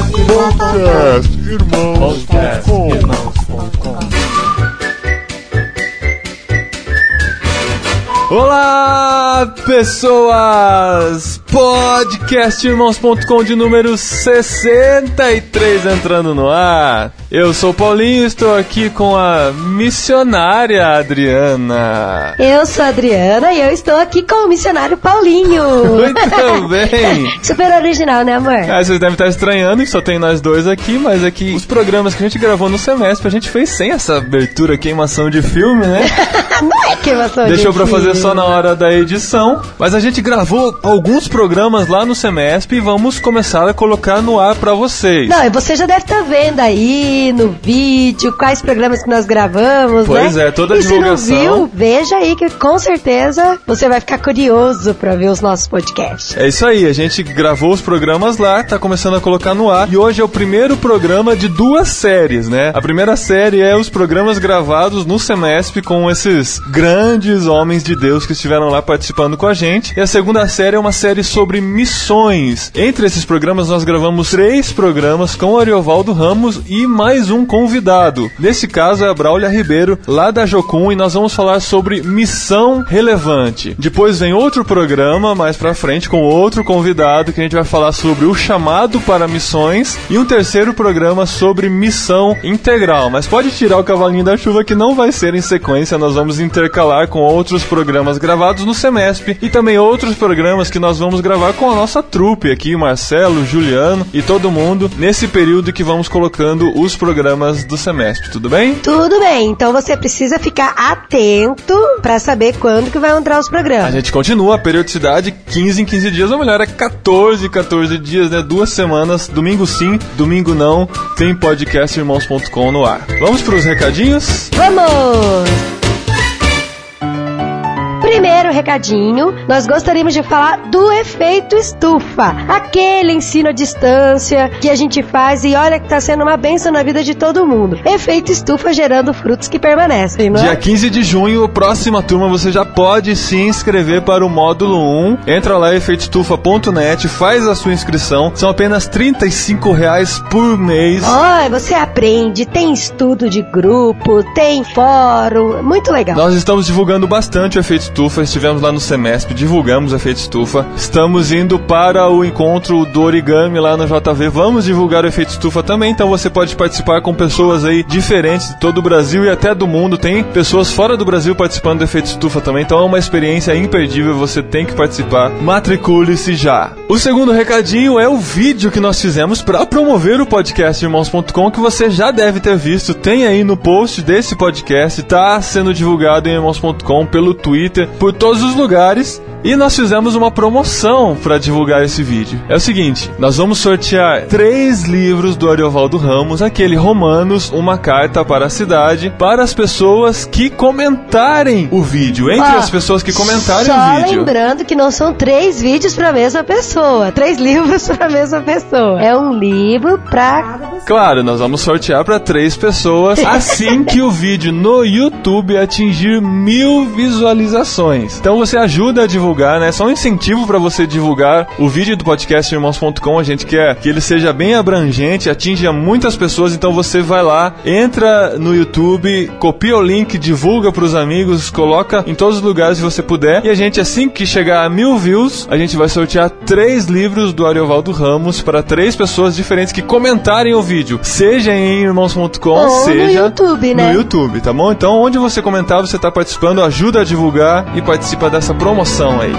Olá, pessoas! Podcastirmãos.com de número 63 entrando no ar. Eu sou o Paulinho e estou aqui com a missionária Adriana. Eu sou a Adriana e eu estou aqui com o missionário Paulinho. Muito bem! Super original, né, amor? Vocês devem estar estranhando que só tem nós dois aqui, mas aqui os programas que a gente gravou no semestre a gente fez sem essa abertura, queimação de filme, né? Não é queimação de filme. Deixou pra fazer só na hora da edição, mas a gente gravou alguns programas lá no semestre e vamos começar a colocar no ar pra vocês. Não, e você já deve estar vendo aí no vídeo quais programas que nós gravamos, pois né? É, toda a divulgação. Se não viu, veja aí que com certeza você vai ficar curioso pra ver os nossos podcasts. É isso aí, a gente gravou os programas lá, tá começando a colocar no ar e hoje é o primeiro programa de duas séries, né? A primeira série é os programas gravados no semestre com esses grandes homens de Deus que estiveram lá participando com a gente. E a segunda série é uma série sobre missões. Entre esses programas nós gravamos 3 programas com o Ariovaldo Ramos e mais um convidado. Nesse caso é a Braulia Ribeiro, lá da Jocum, e nós vamos falar sobre missão relevante. Depois vem outro programa mais pra frente com outro convidado que a gente vai falar sobre o chamado para missões e um terceiro programa sobre missão integral. Mas pode tirar o cavalinho da chuva que não vai ser em sequência, nós vamos intercalar com outros programas gravados no semestre e também outros programas que nós vamos gravar com a nossa trupe aqui, Marcelo, Juliano e todo mundo, nesse período que vamos colocando os programas do semestre, tudo bem? Tudo bem, então você precisa ficar atento pra saber quando que vai entrar os programas. A gente continua a periodicidade 15 em 15 dias, ou melhor, é 14 dias, né? 2 semanas, domingo sim, domingo não, tem podcastirmãos.com no ar. Vamos pros recadinhos? Vamos! Primeiro recadinho, nós gostaríamos de falar do efeito estufa, aquele ensino à distância que a gente faz e olha que tá sendo uma bênção na vida de todo mundo. Efeito estufa gerando frutos que permanecem, não é? Dia 15 de junho, próxima turma, você já pode se inscrever para o módulo 1. Entra lá, efeitoestufa.net, faz a sua inscrição. São apenas R$35 por mês. Olha, você aprende, tem estudo de grupo, tem fórum, muito legal. Nós estamos divulgando bastante o efeito estufa. Estivemos lá no semestre, divulgamos o efeito estufa. Estamos indo para o encontro do origami lá no JV. Vamos divulgar o efeito estufa também, então você pode participar com pessoas aí diferentes de todo o Brasil e até do mundo. Tem pessoas fora do Brasil participando do efeito estufa também, então é uma experiência imperdível, você tem que participar. Matricule-se já. O segundo recadinho é o vídeo que nós fizemos para promover o podcastirmãos.com, que você já deve ter visto, tem aí no post desse podcast, tá sendo divulgado em irmãos.com, pelo Twitter, por todos os lugares. E nós fizemos uma promoção para divulgar esse vídeo. É o seguinte, nós vamos sortear 3 livros do Ariovaldo Ramos, aquele Romanos, uma carta para a cidade, para as pessoas que comentarem o vídeo. Entre as pessoas que comentarem o vídeo. Só lembrando que não são 3 vídeos para a mesma pessoa, 3 livros para a mesma pessoa. É um livro para... Claro, nós vamos sortear para 3 pessoas assim que o vídeo no YouTube atingir 1000 visualizações. Então você ajuda a divulgar, né? Só um incentivo para você divulgar o vídeo do podcastirmãos.com. A gente quer que ele seja bem abrangente, atinja muitas pessoas. Então você vai lá, entra no YouTube, copia o link, divulga para os amigos, coloca em todos os lugares que você puder. E a gente, assim que chegar a 1000 views, a gente vai sortear 3 livros do Ariovaldo Ramos para 3 pessoas diferentes que comentarem o vídeo, seja em irmãos.com, ou seja no YouTube, né? No YouTube, tá bom? Então, onde você comentar, você tá participando, ajuda a divulgar e participa dessa promoção aí.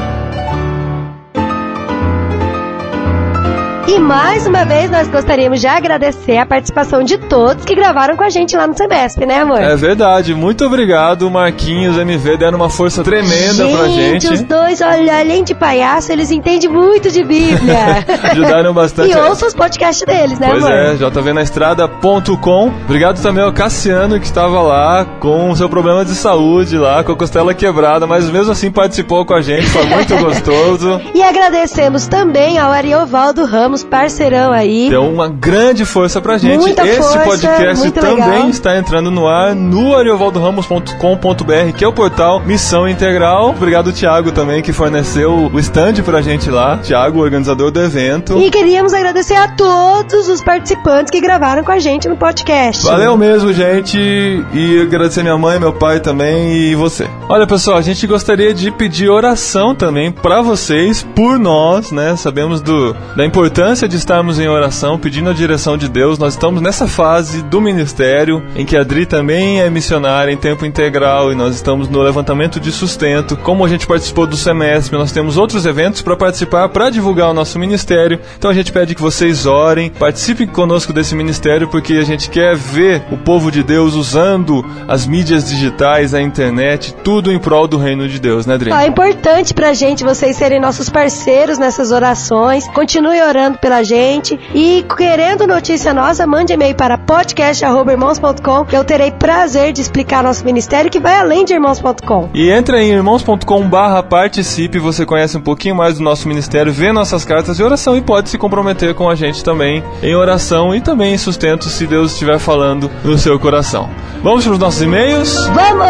E mais uma vez nós gostaríamos de agradecer a participação de todos que gravaram com a gente lá no semestre, né, amor? É verdade, muito obrigado, Marquinhos, MV, deram uma força tremenda pra gente. Os dois, olha, além de palhaço, eles entendem muito de Bíblia. Ajudaram bastante. E ouçam os podcasts deles, né, pois amor? Pois é, jvnaestrada.com. Obrigado também ao Cassiano, que estava lá com o seu problema de saúde lá, com a costela quebrada, mas mesmo assim participou com a gente, foi muito gostoso. E agradecemos também ao Ariovaldo Ramos, somos parceirão aí. Deu uma grande força pra gente. Muita Esse força, podcast também legal. está entrando no ar no ariovaldoramos.com.br, que é o portal Missão Integral. Obrigado, Thiago, também, que forneceu o stand pra gente lá. Thiago, organizador do evento. E queríamos agradecer a todos os participantes que gravaram com a gente no podcast. Valeu mesmo, gente. E agradecer minha mãe, meu pai também e você. Olha, pessoal, a gente gostaria de pedir oração também pra vocês, por nós, né? Sabemos da importância de estarmos em oração, pedindo a direção de Deus. Nós estamos nessa fase do ministério, em que a Adri também é missionária em tempo integral e nós estamos no levantamento de sustento. Como a gente participou do semestre, nós temos outros eventos para participar, para divulgar o nosso ministério. Então a gente pede que vocês orem, participem conosco desse ministério, porque a gente quer ver o povo de Deus usando as mídias digitais, a internet, tudo em prol do reino de Deus, né, Adri? É importante pra gente vocês serem nossos parceiros nessas orações. Continue orando pela gente e querendo notícia nossa, mande e-mail para podcast@irmãos.com, que eu terei prazer de explicar nosso ministério, que vai além de irmãos.com. E entra em irmãos.com/participe, você conhece um pouquinho mais do nosso ministério, vê nossas cartas de oração e pode se comprometer com a gente também em oração e também em sustento, se Deus estiver falando no seu coração. Vamos para os nossos e-mails? Vamos!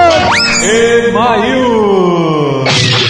E-mail!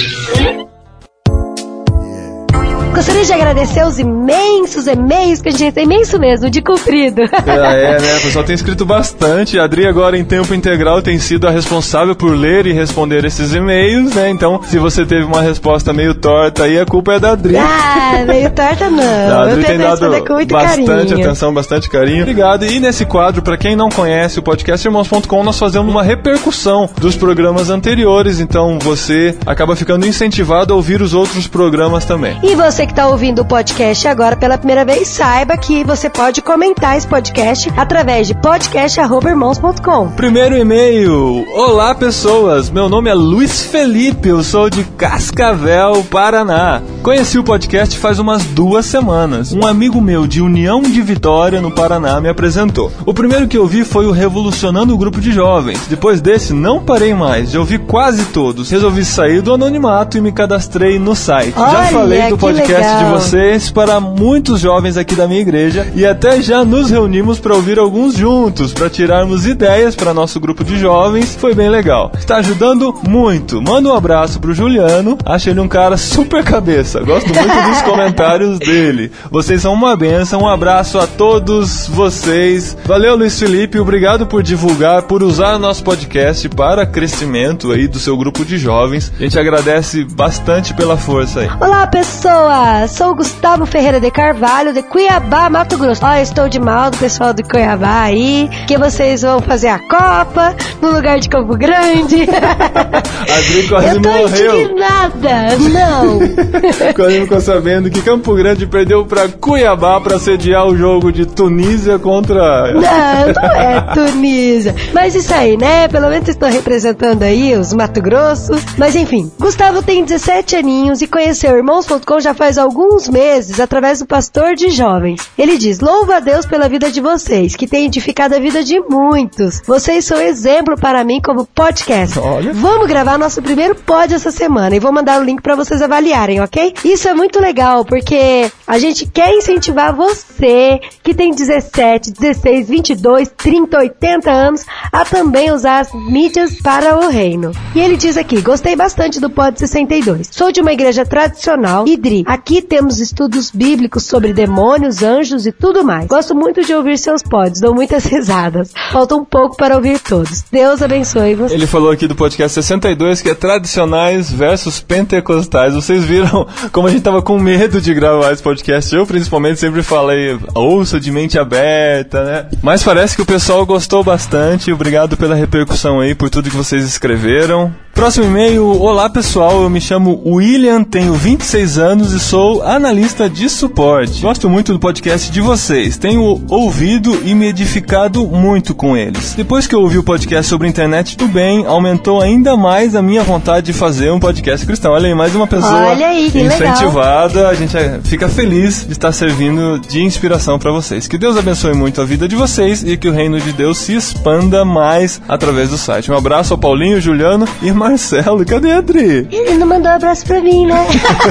Gostaria de agradecer os imensos e-mails que a gente tem, imenso mesmo, de comprido. Né? O pessoal tem escrito bastante. A Adri agora em tempo integral tem sido a responsável por ler e responder esses e-mails, né? Então, se você teve uma resposta meio torta aí, a culpa é da Adri. Meio torta não. A Adri eu tem dado com muito bastante carinho. atenção, bastante carinho. Obrigado. E nesse quadro, pra quem não conhece o podcast Irmãos.com, nós fazemos uma repercussão dos programas anteriores, então você acaba ficando incentivado a ouvir os outros programas também. E você que está ouvindo o podcast agora pela primeira vez, saiba que você pode comentar esse podcast através de podcast@irmãos.com. Primeiro e-mail. Olá, pessoas. Meu nome é Luiz Felipe, eu sou de Cascavel, Paraná. Conheci o podcast faz umas 2 semanas. Um amigo meu de União de Vitória, no Paraná, me apresentou. O primeiro que eu vi foi o Revolucionando o Grupo de Jovens. Depois desse, não parei mais. Já ouvi quase todos. Resolvi sair do anonimato e me cadastrei no site. Olha, já falei do podcast legal. de vocês para muitos jovens aqui da minha igreja e até já nos reunimos para ouvir alguns juntos, para tirarmos ideias para nosso grupo de jovens. Foi bem legal. Está ajudando muito. Manda um abraço pro Juliano. Acho ele um cara super cabeça. Gosto muito dos comentários dele. Vocês são uma bênção. Um abraço a todos vocês. Valeu, Luiz Felipe. Obrigado por divulgar, por usar o nosso podcast para crescimento aí do seu grupo de jovens. A gente agradece bastante pela força aí. Olá, pessoas! Sou o Gustavo Ferreira de Carvalho, de Cuiabá, Mato Grosso. Eu estou de mal do pessoal de Cuiabá aí, que vocês vão fazer a Copa no lugar de Campo Grande. A Adri quase eu tô morreu. indignada. Não. Quando ficou sabendo que Campo Grande perdeu pra Cuiabá pra sediar o jogo de Tunísia contra... Não é Tunísia. Mas isso aí, né? Pelo menos estou representando aí os Mato Grossos. Mas enfim, Gustavo tem 17 aninhos e conheceu o Irmãos.com já faz alguns meses através do pastor de jovens. Ele diz: louva a Deus pela vida de vocês, que tem edificado a vida de muitos. Vocês são exemplo para mim como podcast. Olha. Vamos gravar nosso primeiro pod essa semana e vou mandar o link para vocês avaliarem, ok? Isso é muito legal, porque a gente quer incentivar você que tem 17, 16, 22, 30, 80 anos a também usar as mídias para o reino. E ele diz aqui: gostei bastante do pod 62. Sou de uma igreja tradicional, Idri. Aqui temos estudos bíblicos sobre demônios, anjos e tudo mais. Gosto muito de ouvir seus pods, dou muitas risadas. Falta um pouco para ouvir todos. Deus abençoe você. Ele falou aqui do podcast 62, que é tradicionais versus pentecostais. Vocês viram como a gente tava com medo de gravar esse podcast? Eu, principalmente, sempre falei, ouça de mente aberta, né? Mas parece que o pessoal gostou bastante. Obrigado pela repercussão aí, por tudo que vocês escreveram. Próximo e-mail. Olá, pessoal. Eu me chamo William, tenho 26 anos e sou analista de suporte. Gosto muito do podcast de vocês. Tenho ouvido e me edificado muito com eles. Depois que eu ouvi o podcast sobre internet do bem, aumentou ainda mais a minha vontade de fazer um podcast cristão. Olha aí, mais uma pessoa aí, que incentivada. legal. A gente fica feliz de estar servindo de inspiração para vocês. Que Deus abençoe muito a vida de vocês e que o reino de Deus se expanda mais através do site. Um abraço ao Paulinho, Juliano e Marcelo, cadê a Adri? Ele não mandou um abraço pra mim, né?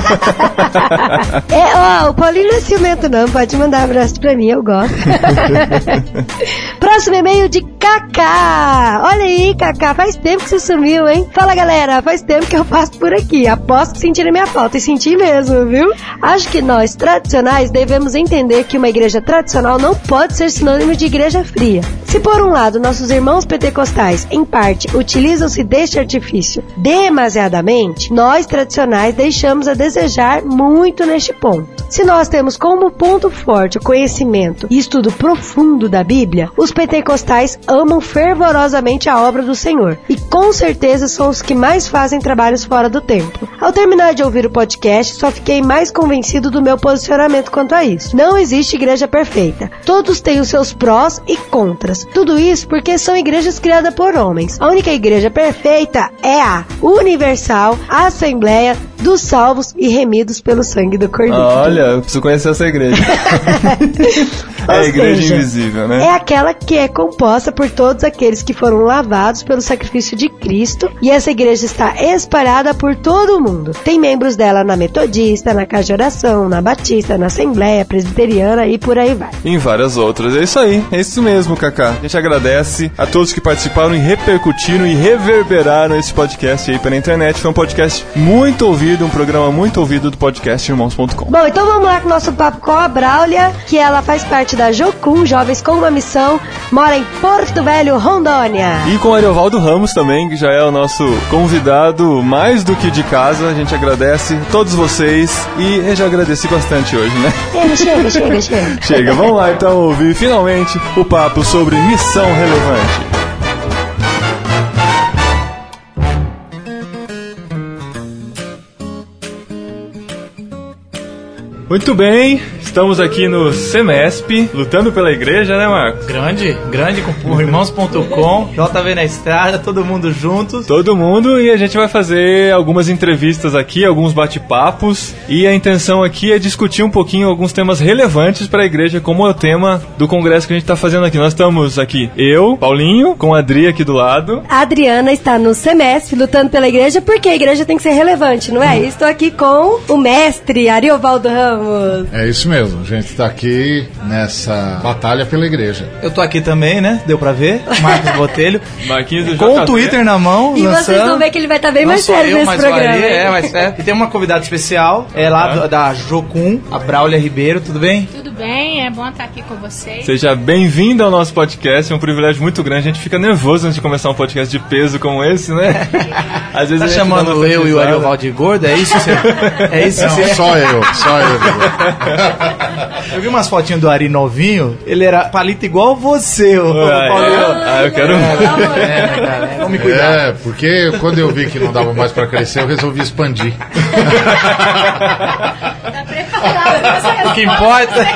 O Paulinho não é ciumento não, pode mandar um abraço pra mim, eu gosto. Próximo e-mail de Cacá. Olha aí, Cacá, faz tempo que você sumiu, hein? Fala, galera, faz tempo que eu passo por aqui. Aposto que sentiram minha falta, e senti mesmo, viu? Acho que nós, tradicionais, devemos entender que uma igreja tradicional não pode ser sinônimo de igreja fria. Se por um lado nossos irmãos pentecostais, em parte, utilizam-se deste artifício demasiadamente, nós, tradicionais, deixamos a desejar muito neste ponto. Se nós temos como ponto forte o conhecimento e estudo profundo da Bíblia, os pentecostais amam fervorosamente a obra do Senhor e com certeza são os que mais fazem trabalhos fora do templo. Ao terminar de ouvir o podcast, só fiquei mais convencido do meu posicionamento quanto a isso. Não existe igreja perfeita. Todos têm os seus prós e contras. Tudo isso porque são igrejas criadas por homens. A única igreja perfeita é a Universal Assembleia dos Salvos e Remidos pelo Sangue do Cordeiro. Olha, eu preciso conhecer essa igreja. É a igreja invisível, né? É aquela que é composta por todos aqueles que foram lavados pelo sacrifício de Cristo, e essa igreja está espalhada por todo o mundo. Tem membros dela na Metodista, na Casa de Oração, na Batista, na Assembleia Presbiteriana e por aí vai. E em várias outras. É isso aí, é isso mesmo, Cacá. A gente agradece a todos que participaram e repercutiram e reverberaram esse podcast aí pela internet. Foi um podcast muito ouvido, um programa muito ouvido do podcast Irmãos.com. Bom, então vamos lá com o nosso papo com a Braulia, que ela faz parte da Jocum, Jovens com uma Missão, mora em Porto Velho, Rondônia. E com o Ariovaldo Ramos também, que já é o nosso convidado mais do que de casa. A gente agradece a todos vocês e eu já agradeci bastante hoje, né? Chega. Chega, vamos lá então ouvir finalmente o papo sobre missão relevante. Muito bem, estamos aqui no Semesp, lutando pela igreja, né, Marcos? Grande com o Irmãos.com, JV na estrada, todo mundo juntos. Todo mundo, e a gente vai fazer algumas entrevistas aqui, alguns bate-papos, e a intenção aqui é discutir um pouquinho alguns temas relevantes para a igreja, como é o tema do congresso que a gente está fazendo aqui. Nós estamos aqui, eu, Paulinho, com a Adri aqui do lado. A Adriana está no Semesp, lutando pela igreja, porque a igreja tem que ser relevante, não é? Estou aqui com o mestre Ariovaldo Ramos. É isso mesmo, a gente tá aqui nessa batalha pela igreja. Eu tô aqui também, né? Deu pra ver? Marcos Botelho. Marquinhos do com JV. o Twitter na mão, e lançando. vocês vão ver que ele vai estar bem mais sério nesse programa. Mais sério. E tem uma convidada especial, lá da Jocum, a Braulia Ribeiro, tudo bem? Tudo bem, é bom estar aqui com vocês. Seja bem-vindo ao nosso podcast, é um privilégio muito grande. A gente fica nervoso antes de começar um podcast de peso como esse, né? Às vezes tá chamando eu e o Ariovaldo de gordo, é isso? É isso? Não, só eu. Eu vi umas fotinhas do Ari novinho, ele era palito igual você, o Paulinho. Eu quero... Vamos me cuidar. Porque quando eu vi que não dava mais pra crescer, eu resolvi expandir. Tá preparado? O que importa...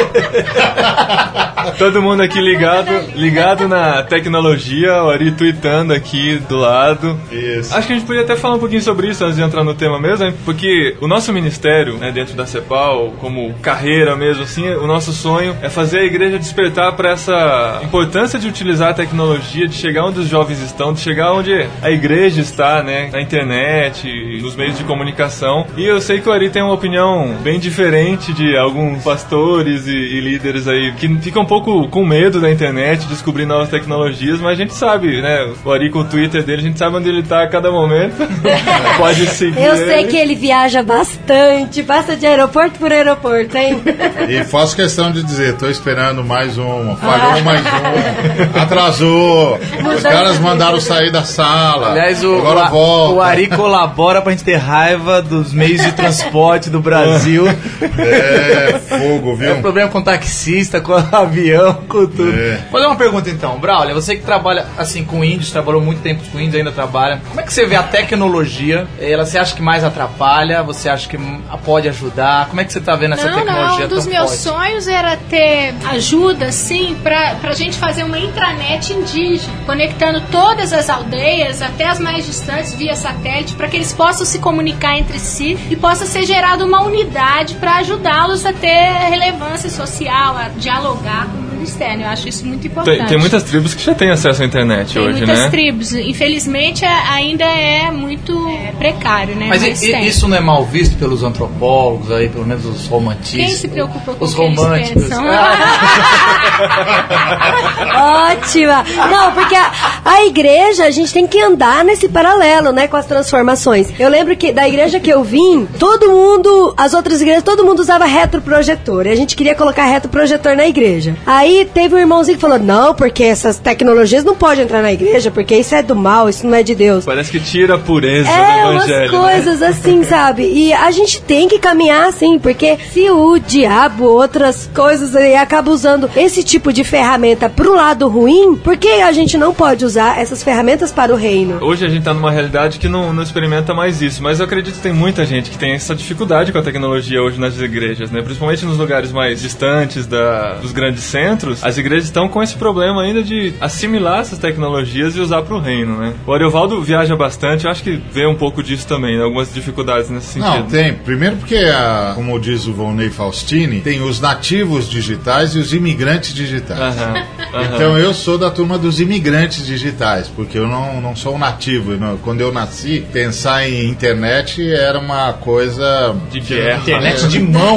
Todo mundo aqui ligado na tecnologia, o Ari tweetando aqui do lado. Isso. Acho que a gente podia até falar um pouquinho sobre isso antes de entrar no tema mesmo, hein? Porque o nosso ministério, né, dentro da CEPAL, como carreira mesmo, assim, o nosso sonho é fazer a igreja despertar para essa importância de utilizar a tecnologia, de chegar onde os jovens estão, de chegar onde a igreja está, né, na internet, nos meios de comunicação. E eu sei que o Ari tem uma opinião bem diferente de alguns pastores e líderes aí que ficam um pouco com medo da internet, descobrir novas tecnologias, mas a gente sabe, né, o Ari com o Twitter dele, a gente sabe onde ele tá a cada momento. Pode seguir. Eu sei que ele viaja bastante, passa de aeroporto por aeroporto, hein? E faço questão de dizer, tô esperando mais uma, falhou mais uma, atrasou, os caras mandaram sair da sala. Aliás, agora volta. O Ari colabora pra gente ter raiva dos meios de transporte do Brasil. É, fogo, viu? É um problema com taxista, com avião, com tudo. É. Vou fazer uma pergunta então, Braulia, você que trabalha assim com índios, trabalhou muito tempo com índios, ainda trabalha. Como é que você vê a tecnologia? Você acha que mais atrapalha? Você acha que pode ajudar? Como é que você tá vendo essa tecnologia? Um dos meus sonhos era ter ajuda, assim, pra gente fazer uma intranet indígena, conectando todas as aldeias, até as mais distantes, via satélite, para que eles possam se comunicar entre si e possa ser gerada uma unidade comunidade para ajudá-los a ter relevância social, a dialogar com o mundo externo. Eu acho isso muito importante. Tem muitas tribos que já têm acesso à internet hoje, né? Tem muitas tribos. Infelizmente, ainda é muito precário, né? Mas isso não é mal visto pelos antropólogos aí, pelo menos os romantistas? Quem se preocupa com os românticos? Ótima! Não, porque a igreja, a gente tem que andar nesse paralelo, né, com as transformações. Eu lembro que da igreja que eu vim, as outras igrejas, todo mundo usava retroprojetor. E a gente queria colocar retroprojetor na igreja. Aí teve um irmãozinho que falou, não, porque essas tecnologias não podem entrar na igreja, porque isso é do mal, isso não é de Deus. Parece que tira a pureza do evangelho. Umas coisas, né? Assim, sabe? E a gente tem que caminhar assim, porque se o diabo, outras coisas aí, acaba usando esse tipo de ferramenta pro lado ruim, por que a gente não pode usar essas ferramentas para o reino? Hoje a gente tá numa realidade que não experimenta mais isso, mas eu acredito que tem muita gente que tem essa dificuldade com a tecnologia hoje nas igrejas, né? Principalmente nos lugares mais distantes dos grandes centros, as igrejas estão com esse problema ainda de assimilar essas tecnologias e usar pro reino, né? O Ariovaldo viaja bastante, eu acho que vê um pouco disso também, né? Algumas dificuldades nesse sentido. Não, tem. Primeiro porque, como diz o Volney Faustini, tem os nativos digitais e os imigrantes digitais. Então eu sou da turma dos imigrantes digitais, porque eu não sou um nativo. Quando eu nasci, pensar em internet era uma coisa... de guerra. Internet de mão.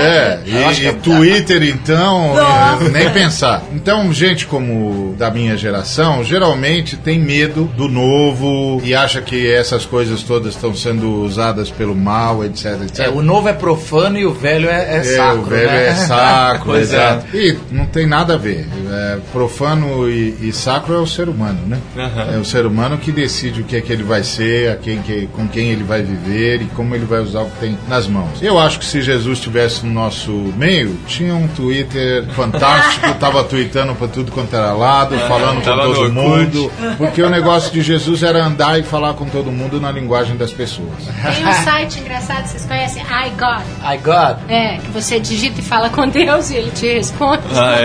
E Twitter, então, nem pensar. Então, gente como da minha geração, geralmente tem medo do novo e acha que essas coisas todas estão sendo usadas pelo mal, etc, etc. O novo é profano e o velho é sacro. O velho né? é sacro, exato. E não tem nada a ver. Profano e sacro é o ser humano, né? É o ser humano que decide o que é que ele vai ser, com quem ele vai viver e como ele vai usar o que tem nas mãos. Eu acho que se Jesus estivesse no nosso meio, tinha um Twitter fantástico, tava tweetando pra tudo quanto era lado, falando com todo mundo, porque o negócio de Jesus era andar e falar com todo mundo na linguagem das pessoas. Tem um site engraçado, vocês conhecem? iGod. iGod? Que você digita e fala com Deus e ele te responde.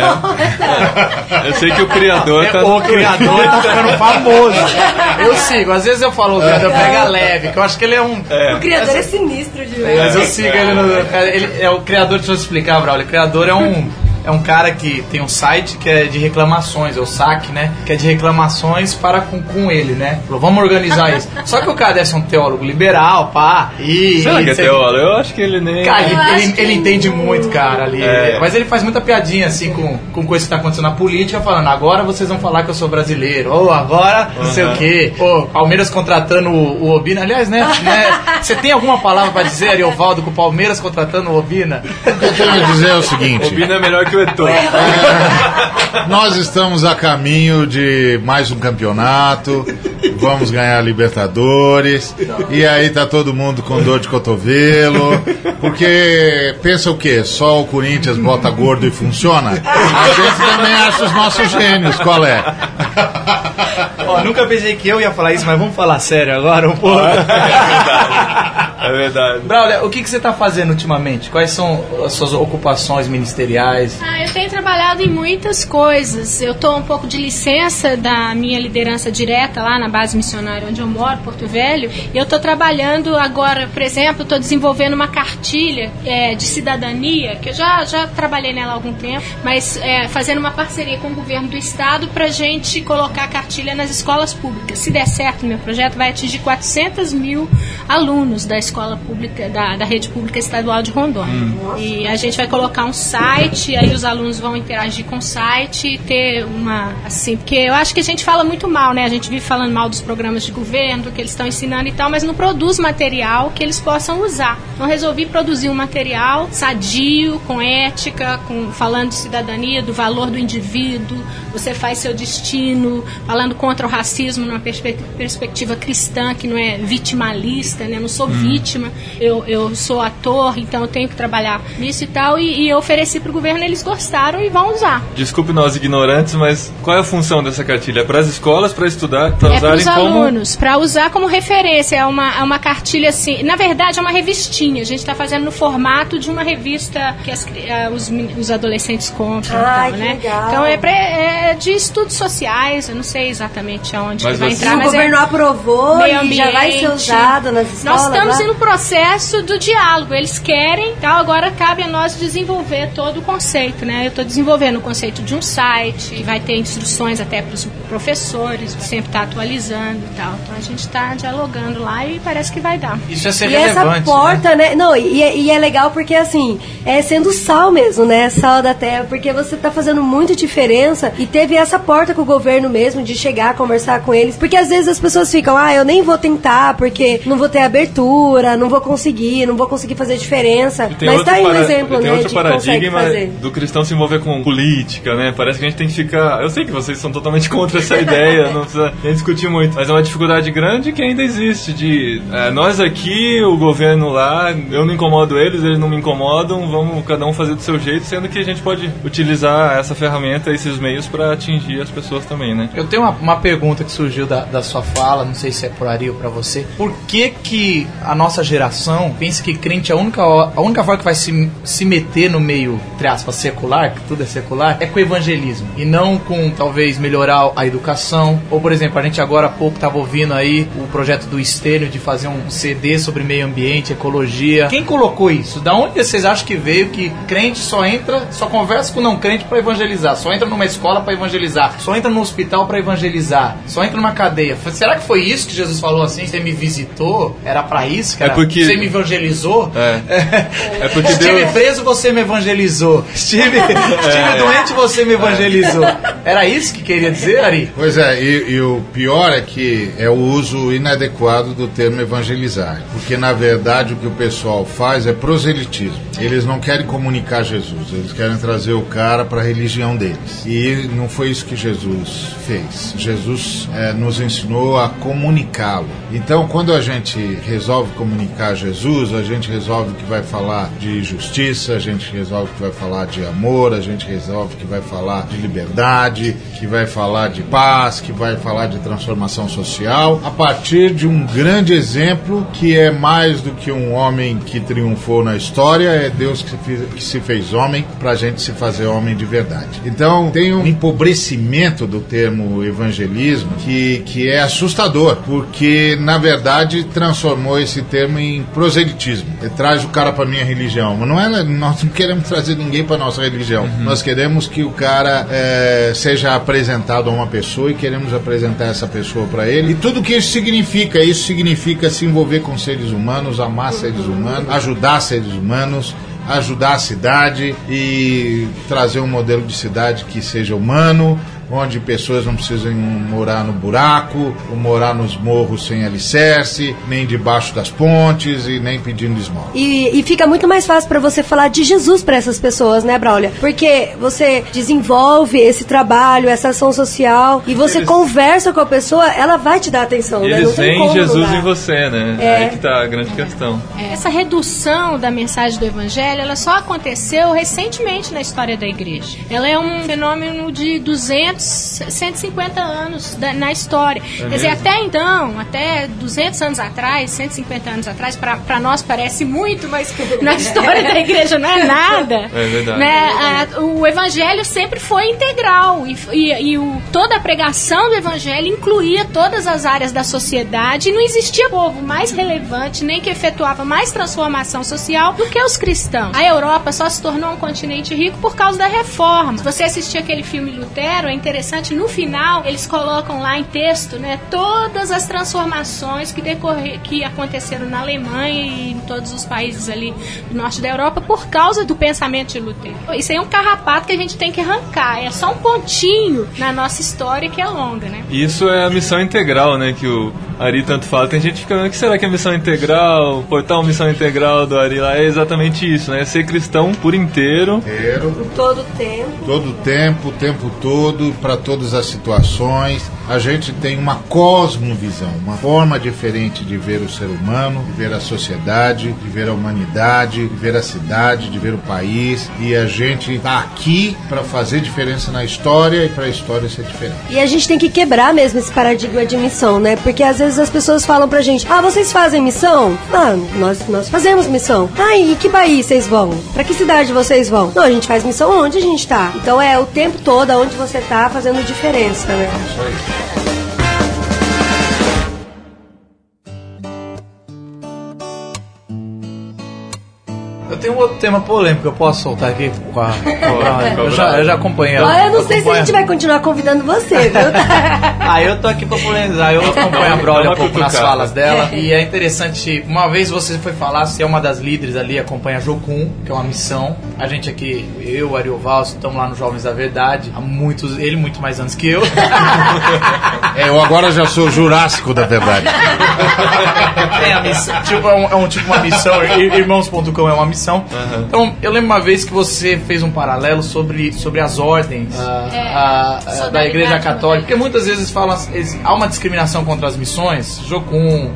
Eu sei que o criador o criador tá ficando famoso. Eu sigo, às vezes eu falo o criador pega leve, que eu acho que ele é um... O criador é sinistro de verdade. Mas eu sigo ele é o criador, deixa eu explicar, Braulio. O criador é um cara que tem um site que é de reclamações, é o SAC, né? Que é de reclamações para com ele, né? Falou, vamos organizar isso. Só que o cara deve ser um teólogo liberal, pá. Será que é teólogo? Eu acho que ele nem... Cara, ele entende muito, cara, ali. Mas ele faz muita piadinha, assim, com coisa que tá acontecendo na política, falando, agora vocês vão falar que eu sou brasileiro. Ou agora, não sei o quê. Ou Palmeiras contratando o Obina. Aliás, né? Você tem alguma palavra pra dizer, Ariovaldo, com o Palmeiras contratando o Obina? O que eu quero dizer é o seguinte... Obina é melhor que o Eto'o. Nós estamos a caminho de mais um campeonato, vamos ganhar a Libertadores, e aí tá todo mundo com dor de cotovelo, porque pensa o quê? Só o Corinthians bota gordo e funciona? A gente também acha os nossos gênios, qual é? Nunca pensei que eu ia falar isso, mas vamos falar sério agora um pouco. É verdade. Braulio, o que você tá fazendo ultimamente? Quais são as suas ocupações ministeriais? Eu tenho trabalhado em muitas coisas. Eu tô um pouco de licença da minha liderança direta lá na base missionária onde eu moro, Porto Velho. E eu tô trabalhando agora, por exemplo, tô desenvolvendo uma cartilha de cidadania, que eu já trabalhei nela há algum tempo, mas fazendo uma parceria com o governo do estado pra gente colocar a cartilha nas escolas públicas. Se der certo, meu projeto vai atingir 400 mil alunos da escola pública, da rede pública estadual de Rondônia. E a gente vai colocar um site, aí os alunos vão interagir com o site e ter uma, assim, porque eu acho que a gente fala muito mal, né? A gente vive falando mal dos programas de governo, do que eles estão ensinando e tal, mas não produz material que eles possam usar. Então resolvi produzir um material sadio, com ética, falando de cidadania, do valor do indivíduo, você faz seu destino, falando contra o racismo numa perspectiva cristã, que não é vitimalista, né? Eu não sou vítima, eu sou ator, então eu tenho que trabalhar nisso e tal, e eu ofereci pro governo, eles gostaram e vão usar. Desculpe nós ignorantes, mas qual é a função dessa cartilha? É para as escolas, para estudar, para usarem como... alunos, para usar como referência. É uma cartilha assim, na verdade é uma revistinha, a gente está fazendo no formato de uma revista que os adolescentes compram e tal, né? Legal. Então é de estudos sociais, eu não sei exatamente aonde mas vai entrar, mas o governo aprovou e já vai ser usado casa, nas escolas? Nós estamos no processo do diálogo. Eles querem, então agora cabe a nós desenvolver todo o conceito, né? Eu estou desenvolvendo o conceito de um site, que vai ter instruções até para os professores, sempre está atualizando e tal. Então a gente está dialogando lá e parece que vai dar. Isso é ser e relevante, essa porta, né? Não, e é legal porque, assim, é sendo sal mesmo, né? Sal da terra, porque você tá fazendo muita diferença e teve essa porta com o governo mesmo, de chegar, conversar com eles, porque às vezes as pessoas ficam, eu nem vou tentar, porque não vou ter abertura, não vou conseguir fazer diferença. Mas tá aí um exemplo, tem né, outro de paradigma fazer. do cristão se envolver com política, né? Parece que a gente tem que ficar... Eu sei que vocês são totalmente contra essa ideia, não precisa nem discutir muito, mas é uma dificuldade grande que ainda existe, de nós aqui, o governo lá, eu não incomodo eles não me incomodam, vamos cada um fazer do seu jeito, sendo que a gente pode utilizar essa ferramenta, esses meios para atingir as pessoas também, né? Eu tenho uma pergunta que surgiu da sua fala, não sei se é por Ari ou pra você. Por que a nossa geração pensa que crente é a única forma que vai se meter no meio, entre aspas, secular, que tudo é secular, é com o evangelismo, e não com, talvez, melhorar a educação, ou, por exemplo, a gente agora há pouco estava ouvindo aí o projeto do Estênio de fazer um CD sobre meio ambiente, ecologia. Quem colocou isso? Da onde vocês acham que veio que crente só conversa com não crente para evangelizar, só entra numa escola para evangelizar, só entra no hospital para evangelizar, só entra numa cadeia? Será que foi isso que Jesus falou assim? Você me visitou? Era para isso? Que porque... Você me evangelizou? É porque estive preso, você me evangelizou. Estive doente, você me evangelizou. Era isso que queria dizer, Ari? Pois é, e o pior é que é o uso inadequado do termo evangelizar, porque na verdade o que o pessoal faz é proselitismo. Eles não querem comunicar Jesus, eles querem trazer o cara para a religião deles. E não foi isso que Jesus fez. Jesus nos ensinou a comunicá-lo. Então, quando a gente resolve comunicar Jesus, a gente resolve que vai falar de justiça, a gente resolve que vai falar de amor, a gente resolve que vai falar de liberdade, que vai falar de paz, que vai falar de transformação social, a partir de um grande exemplo que é mais do que um homem que triunfou na história, é Deus que se fez homem para a gente se fazer homem de verdade. Então tem um empobrecimento do termo evangelismo que é assustador, porque na verdade transformou esse termo em proselitismo. Ele traz o cara para minha religião, mas nós não queremos trazer ninguém para nossa religião. Nós queremos que o cara seja apresentado a uma pessoa e queremos apresentar essa pessoa para ele. E tudo que isso significa se envolver com seres humanos, amar seres humanos, ajudar seres humanos, ajudar a cidade e trazer um modelo de cidade que seja humano, onde pessoas não precisam morar no buraco, ou morar nos morros sem alicerce, nem debaixo das pontes e nem pedindo esmola. E fica muito mais fácil para você falar de Jesus para essas pessoas, né, Braulia? Porque você desenvolve esse trabalho, essa ação social, e você conversa com a pessoa, ela vai te dar atenção, né? Eles veem Jesus em você, né? É aí que tá a grande questão. Essa redução da mensagem do evangelho, ela só aconteceu recentemente na história da igreja. Ela é um fenômeno de 150 anos na história. Quer dizer, até então, até 200 anos atrás, 150 anos atrás, para nós parece muito, mas na história da igreja não é nada. É verdade. Né? O evangelho sempre foi integral e toda a pregação do evangelho incluía todas as áreas da sociedade, e não existia povo mais relevante, nem que efetuava mais transformação social do que os cristãos. A Europa só se tornou um continente rico por causa da reforma. Se você assistir aquele filme Lutero, é interessante, no final eles colocam lá em texto, né, todas as transformações que aconteceram na Alemanha e em todos os países ali do norte da Europa por causa do pensamento de Lutero. Isso aí é um carrapato que a gente tem que arrancar, é só um pontinho na nossa história que é longa, né? Isso é a missão integral, né, que o Ari tanto fala. Tem gente que fica, o que será que é a missão integral? O portal Missão Integral do Ari lá é exatamente isso, né, ser cristão por inteiro. Todo tempo. Todo tempo, o tempo todo, para todas as situações. A gente tem uma cosmovisão, uma forma diferente de ver o ser humano, de ver a sociedade, de ver a humanidade, de ver a cidade, de ver o país. E a gente está aqui para fazer diferença na história e para a história ser diferente. E a gente tem que quebrar mesmo esse paradigma de missão, né? Porque às vezes as pessoas falam pra gente, vocês fazem missão? Nós fazemos missão. E que país vocês vão? Pra que cidade vocês vão? Não, a gente faz missão onde a gente tá. Então é o tempo todo onde você tá fazendo diferença, né? tem um outro tema polêmico, eu posso soltar aqui? Eu já acompanhei. Eu não sei se a gente vai continuar convidando você, viu? Eu tô aqui pra polemizar, eu acompanho a Braulio um pouco nas falas dela, e é interessante, uma vez você foi falar, você é uma das líderes ali, acompanha a Jocum, que é uma missão, a gente aqui, eu, Arioval, estamos lá no Jovens da Verdade, há muitos, ele muito mais anos que eu. Eu agora já sou Jurássico da Verdade. Tem a missão, tipo uma missão, irmãos.com é uma missão. Então, eu lembro uma vez que você fez um paralelo sobre as ordens da Igreja Católica, porque muitas vezes falam, há uma discriminação contra as missões, Jocum,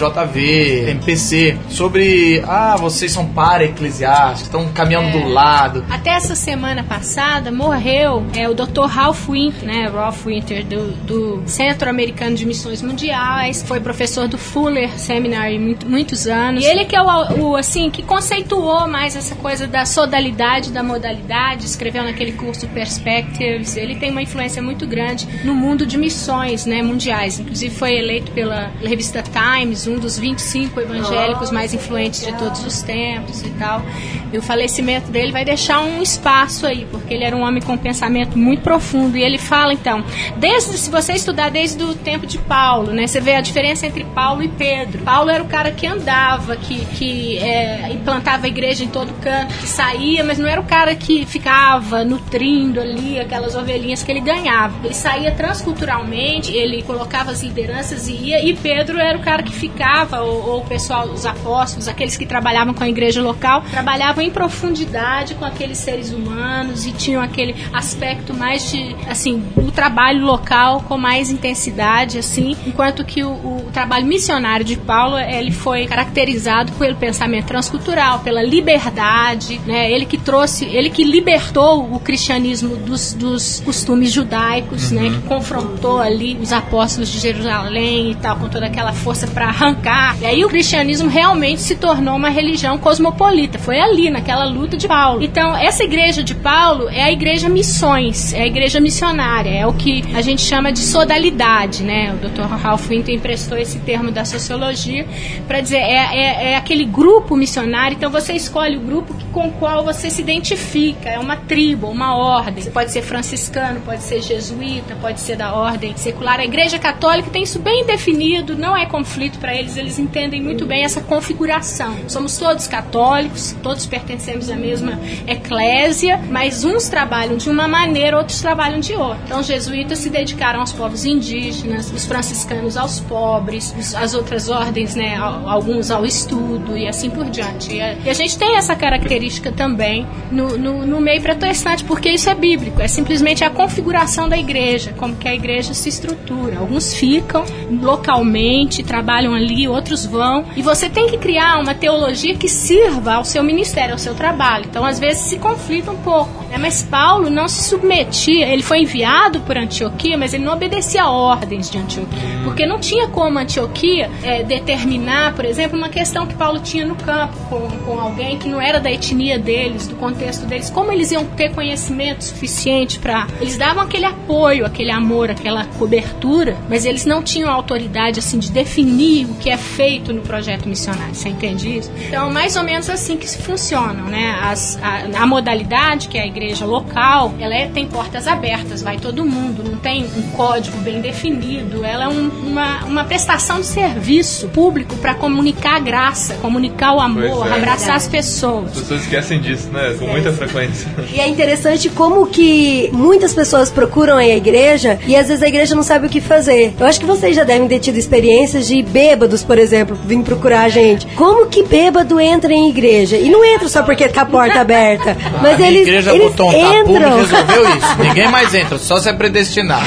JV, MPC, sobre, vocês são para-eclesiásticos, estão caminhando do lado. Até essa semana passada morreu o Dr. Ralph Winter, né, Ralph Winter, do Centro Americano de Missões Mundiais, foi professor do Fuller Seminary muitos anos, e ele que é assim, que conceituou mais essa coisa da sodalidade, da modalidade, escreveu naquele curso Perspectives, ele tem uma influência muito grande no mundo de missões, né, mundiais, inclusive foi eleito pela revista Times, um dos 25 evangélicos mais influentes de todos os tempos e tal, e o falecimento dele vai deixar um espaço aí, porque ele era um homem com um pensamento muito profundo, e ele fala, então, se você estudar desde o tempo de Paulo, né, você vê a diferença entre Paulo e Pedro. Paulo era o cara que andava, que implantava a igreja em todo canto, que saía, mas não era o cara que ficava nutrindo ali aquelas ovelhinhas que ele ganhava. Ele saía transculturalmente, ele colocava as lideranças e ia, e Pedro era o cara que ficava, ou o pessoal, os apóstolos, aqueles que trabalhavam com a igreja local, trabalhavam em profundidade com aqueles seres humanos e tinham aquele aspecto mais de, assim, o trabalho local com mais intensidade, assim, enquanto que o trabalho missionário de Paulo, ele foi caracterizado pelo pensamento transcultural, pela liberdade, né? Ele que libertou o cristianismo dos costumes judaicos, né? Que confrontou ali os apóstolos de Jerusalém e tal, com toda aquela força para arrancar. E aí o cristianismo realmente se tornou uma religião cosmopolita. Foi ali, naquela luta de Paulo. Então, essa igreja de Paulo é a igreja missões, é a igreja missionária, é o que a gente chama de sodalidade, né? O Dr. Ralph Winter emprestou esse termo da sociologia para dizer, é aquele grupo missionário, então você escolhe o grupo com o qual você se identifica, é uma tribo, uma ordem. Você pode ser franciscano, pode ser jesuíta, pode ser da ordem secular. A Igreja Católica tem isso bem definido, não é conflito para eles entendem muito bem essa configuração. Somos todos católicos, todos pertencemos à mesma eclésia, mas uns trabalham de uma maneira, outros trabalham de outra. Então, os jesuítas se dedicaram aos povos indígenas, os franciscanos aos pobres, as outras ordens, né, alguns ao estudo e assim por diante. E a gente tem essa característica também no meio protestante, porque isso é bíblico, é simplesmente a configuração da igreja, como que a igreja se estrutura. Alguns ficam localmente, trabalham ali, outros vão, e você tem que criar uma teologia que sirva ao seu ministério, ao seu trabalho. Então, às vezes, se conflita um pouco, né? Mas Paulo não se submetia, ele foi enviado por Antioquia, mas ele não obedecia a ordens de Antioquia, porque não tinha como Antioquia determinar, por exemplo, uma questão que Paulo tinha no campo com alguém que não era da etnia deles, do contexto deles, como eles iam ter conhecimento suficiente para... Eles davam aquele apoio, aquele amor, aquela cobertura, mas eles não tinham a autoridade, assim, de definir o que é feito no projeto missionário, você entende isso? Então, mais ou menos assim que funcionam, né? A modalidade, que é a igreja local, ela tem portas abertas, vai todo mundo, não tem um código bem definido, ela é uma prestação de serviço público para comunicar a graça, comunicar o amor, abraçar as pessoas. As pessoas esquecem disso, né? Com muita frequência. E é interessante como que muitas pessoas procuram a igreja e às vezes a igreja não sabe o que fazer. Eu acho que vocês já devem ter tido experiências de bêbados, por exemplo, vir procurar a gente. Como que bêbado entra em igreja? E não entra só porque tá a porta aberta, mas a eles igreja botou um tabu e resolveu isso. Ninguém mais entra, só se é predestinado.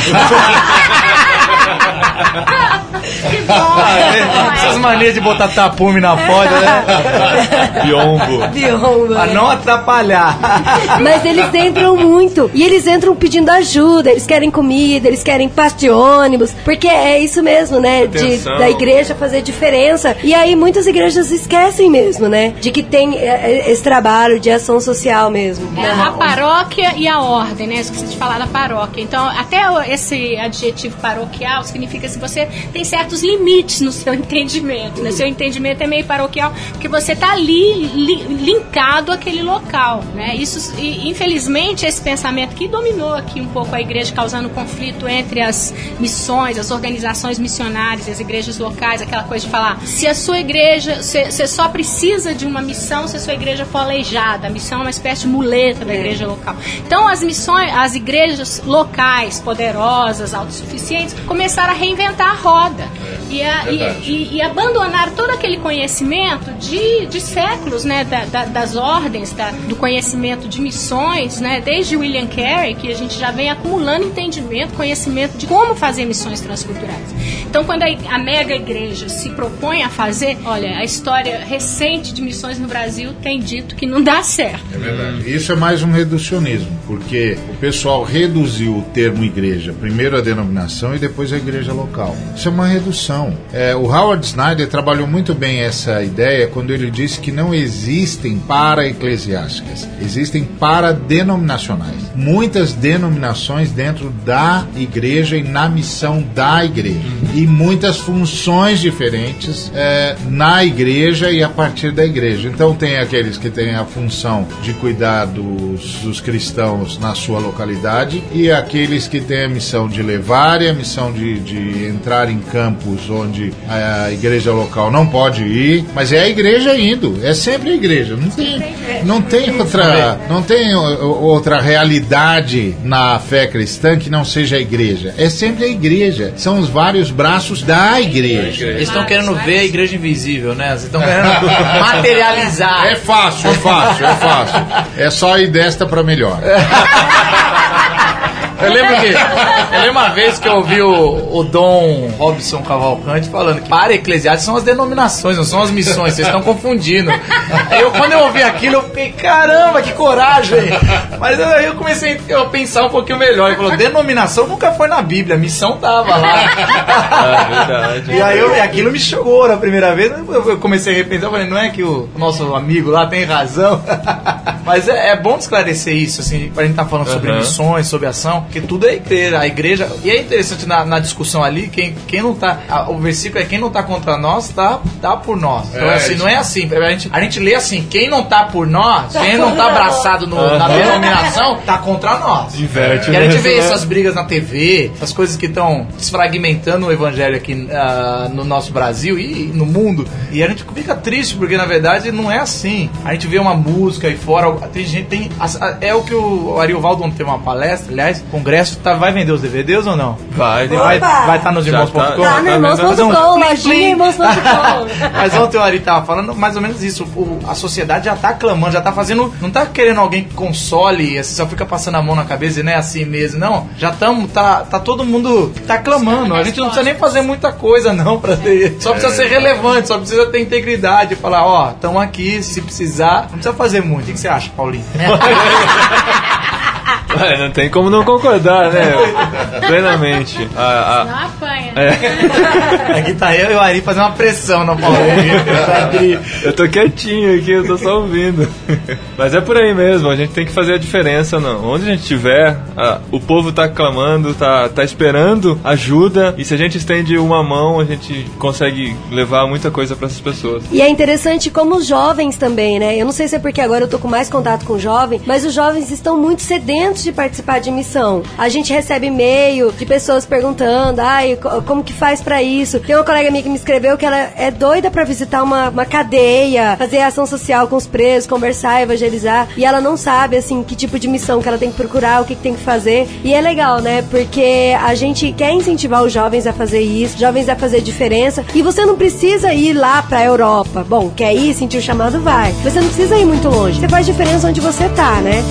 Que bom! Essas manias de botar tapume na porta, né? Biombo. Pra não atrapalhar. Mas eles entram muito. E eles entram pedindo ajuda, eles querem comida, eles querem passe de ônibus. Porque é isso mesmo, né? Da igreja fazer diferença. E aí muitas igrejas esquecem mesmo, né? De que tem esse trabalho de ação social mesmo. A paróquia e a ordem, né? Esqueci de falar da paróquia. Então, até esse adjetivo paroquial significa se você tem certo certos limites no seu entendimento, né? Seu entendimento é meio paroquial, porque você está ali linkado àquele local, né? Isso, infelizmente, esse pensamento que dominou aqui um pouco a igreja, causando conflito entre as missões, as organizações missionárias, as igrejas locais, aquela coisa de falar, se a sua igreja, você só precisa de uma missão se a sua igreja for aleijada. A missão é uma espécie de muleta da igreja local. Então, as igrejas locais, poderosas, autossuficientes, começaram a reinventar a roda e abandonar todo aquele conhecimento de séculos, né, das ordens, do conhecimento de missões, né, desde William Carey, que a gente já vem acumulando entendimento, conhecimento de como fazer missões transculturais. Então, quando a mega igreja se propõe a fazer, olha, a história recente de missões no Brasil tem dito que não dá certo. É verdade. Isso é mais um reducionismo, porque o pessoal reduziu o termo igreja, primeiro a denominação e depois a igreja local. Isso é uma redução. O Howard Snyder trabalhou muito bem essa ideia quando ele disse que não existem para-eclesiásticas, existem para-denominacionais. Muitas denominações dentro da igreja e na missão da igreja. E muitas funções diferentes na igreja e a partir da igreja. Então tem aqueles que têm a função de cuidar dos cristãos na sua localidade e aqueles que têm a missão de levar e a missão de entrar em campos onde a igreja local não pode ir, mas é a igreja indo, é sempre a igreja. Não tem outra realidade na fé cristã que não seja a igreja. É sempre a igreja. São os vários braços da igreja. Eles estão querendo ver a igreja invisível, né? Vocês estão querendo materializar. É fácil. É só ir desta para melhor. Eu lembro uma vez que eu ouvi o Dom Robson Cavalcante falando que para eclesiásticos são as denominações, não são as missões, vocês estão confundindo. Quando eu ouvi aquilo, eu fiquei, caramba, que coragem! Mas aí eu comecei a pensar um pouquinho melhor. Ele falou, denominação nunca foi na Bíblia, a missão tava lá. É verdade. E aí aquilo me chocou na primeira vez, eu comecei a repensar, eu falei, não é que o nosso amigo lá tem razão? Mas é bom esclarecer isso, assim, pra gente estar falando sobre missões, sobre ação, porque tudo é igreja, a igreja, e é interessante na discussão ali, quem não tá, o versículo é quem não tá contra nós, tá por nós. Então assim, não é assim, a gente lê assim, quem não tá por nós, quem não tá abraçado na denominação, tá contra nós. Diverte, e a gente vê essas brigas na TV, essas coisas que estão desfragmentando o evangelho aqui no nosso Brasil e no mundo, e a gente fica triste, porque na verdade não é assim. A gente vê uma música aí fora, é o que o Ariovaldo ontem teve uma palestra, aliás, congresso, vai vender os DVDs ou não? Vai estar nos irmãos.com? Tá no irmãos.com, lojinha irmãos.com. Mas ontem o Ari tava falando mais ou menos isso, a sociedade já tá clamando, já tá fazendo, não tá querendo alguém que console, assim, só fica passando a mão na cabeça e não é assim mesmo, não, já tá todo mundo tá clamando, a gente não precisa nem fazer muita coisa não, só precisa ser relevante, só precisa ter integridade, falar, estamos aqui, se precisar, não precisa fazer muito. O que você acha, Paulinho? Não tem como não concordar, né? Plenamente. Não apanha. Aqui tá eu e o Ari fazendo uma pressão no Paulinho. Eu tô quietinho aqui, eu tô só ouvindo. Mas é por aí mesmo, a gente tem que fazer a diferença. Onde a gente estiver, o povo tá clamando, tá esperando ajuda, e se a gente estende uma mão, a gente consegue levar muita coisa pra essas pessoas. E é interessante como os jovens também, né? Eu não sei se é porque agora eu tô com mais contato com o jovem, mas os jovens estão muito sedentos de participar de missão. A gente recebe e-mail de pessoas perguntando, como que faz pra isso? Tem uma colega minha que me escreveu que ela é doida pra visitar uma cadeia, fazer ação social com os presos, conversar, evangelizar, e ela não sabe, assim, que tipo de missão que ela tem que procurar, o que tem que fazer. E é legal, né? Porque a gente quer incentivar os jovens a fazer isso, jovens a fazer diferença, e você não precisa ir lá pra Europa. Bom, quer ir, sentir o chamado, vai. Você não precisa ir muito longe. Você faz diferença onde você tá, né?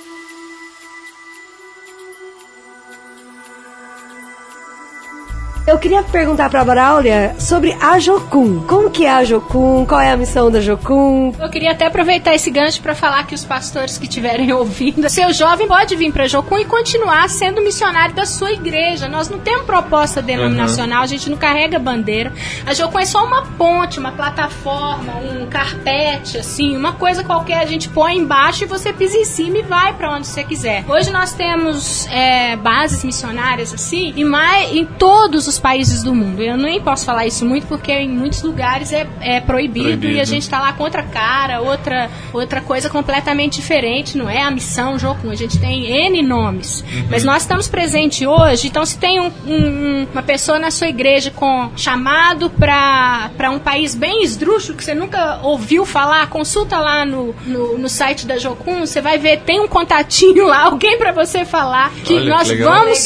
Eu eu queria perguntar pra Bráulia sobre a Jocum. Como que é a Jocum? Qual é a missão da Jocum? Eu queria até aproveitar esse gancho para falar que os pastores que estiverem ouvindo, seu jovem pode vir para a Jocum e continuar sendo missionário da sua igreja. Nós não temos proposta denominacional, a gente não carrega bandeira. A Jocum é só uma ponte, uma plataforma, um carpete, assim, uma coisa qualquer, a gente põe embaixo e você pisa em cima e vai para onde você quiser. Hoje nós temos bases missionárias assim em todos os países do mundo. Eu nem posso falar isso muito porque em muitos lugares é proibido e a gente está lá com outra cara, outra coisa completamente diferente, não é a missão Jocum, a gente tem N nomes, mas nós estamos presentes hoje, então se tem uma pessoa na sua igreja com chamado para um país bem esdrúxulo, que você nunca ouviu falar, consulta lá no site da Jocum, você vai ver, tem um contatinho lá, alguém para você falar, que nós vamos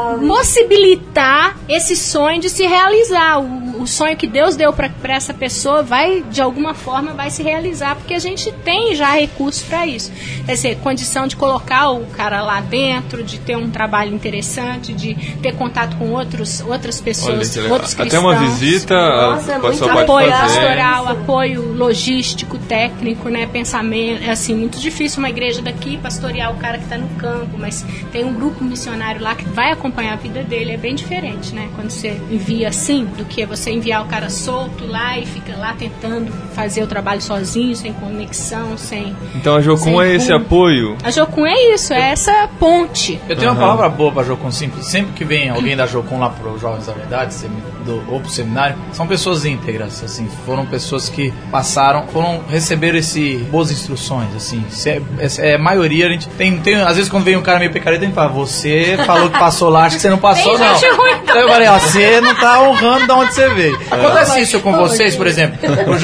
possibilitar esse sonho de se realizar, o sonho que Deus deu para essa pessoa de alguma forma vai se realizar, porque a gente tem já recursos para isso. Quer dizer, condição de colocar o cara lá dentro, de ter um trabalho interessante, de ter contato com outras pessoas, outros cristãos. Até uma visita, apoio pastoral, apoio logístico, técnico, né, pensamento. É assim, muito difícil uma igreja daqui pastorear o cara que está no campo, mas tem um grupo missionário lá que vai acompanhar a vida dele. É bem diferente, né, quando você envia assim, do que você enviar o cara solto lá e fica lá tentando fazer o trabalho sozinho, sem conexão, sem... Então a Jocum é esse apoio? A Jocum é isso, é essa ponte. Eu tenho uma palavra boa pra Jocum, sempre que vem alguém da Jocum lá pro Jovens da Verdade, ou pro seminário, são pessoas íntegras, assim, foram pessoas que receberam boas instruções, assim, maioria, a gente tem, às vezes quando vem um cara meio picareta, a gente fala, você falou que passou lá, acho que você não passou, não. Então eu falei, você não tá honrando de onde você veio. Acontece isso com vocês, por exemplo, o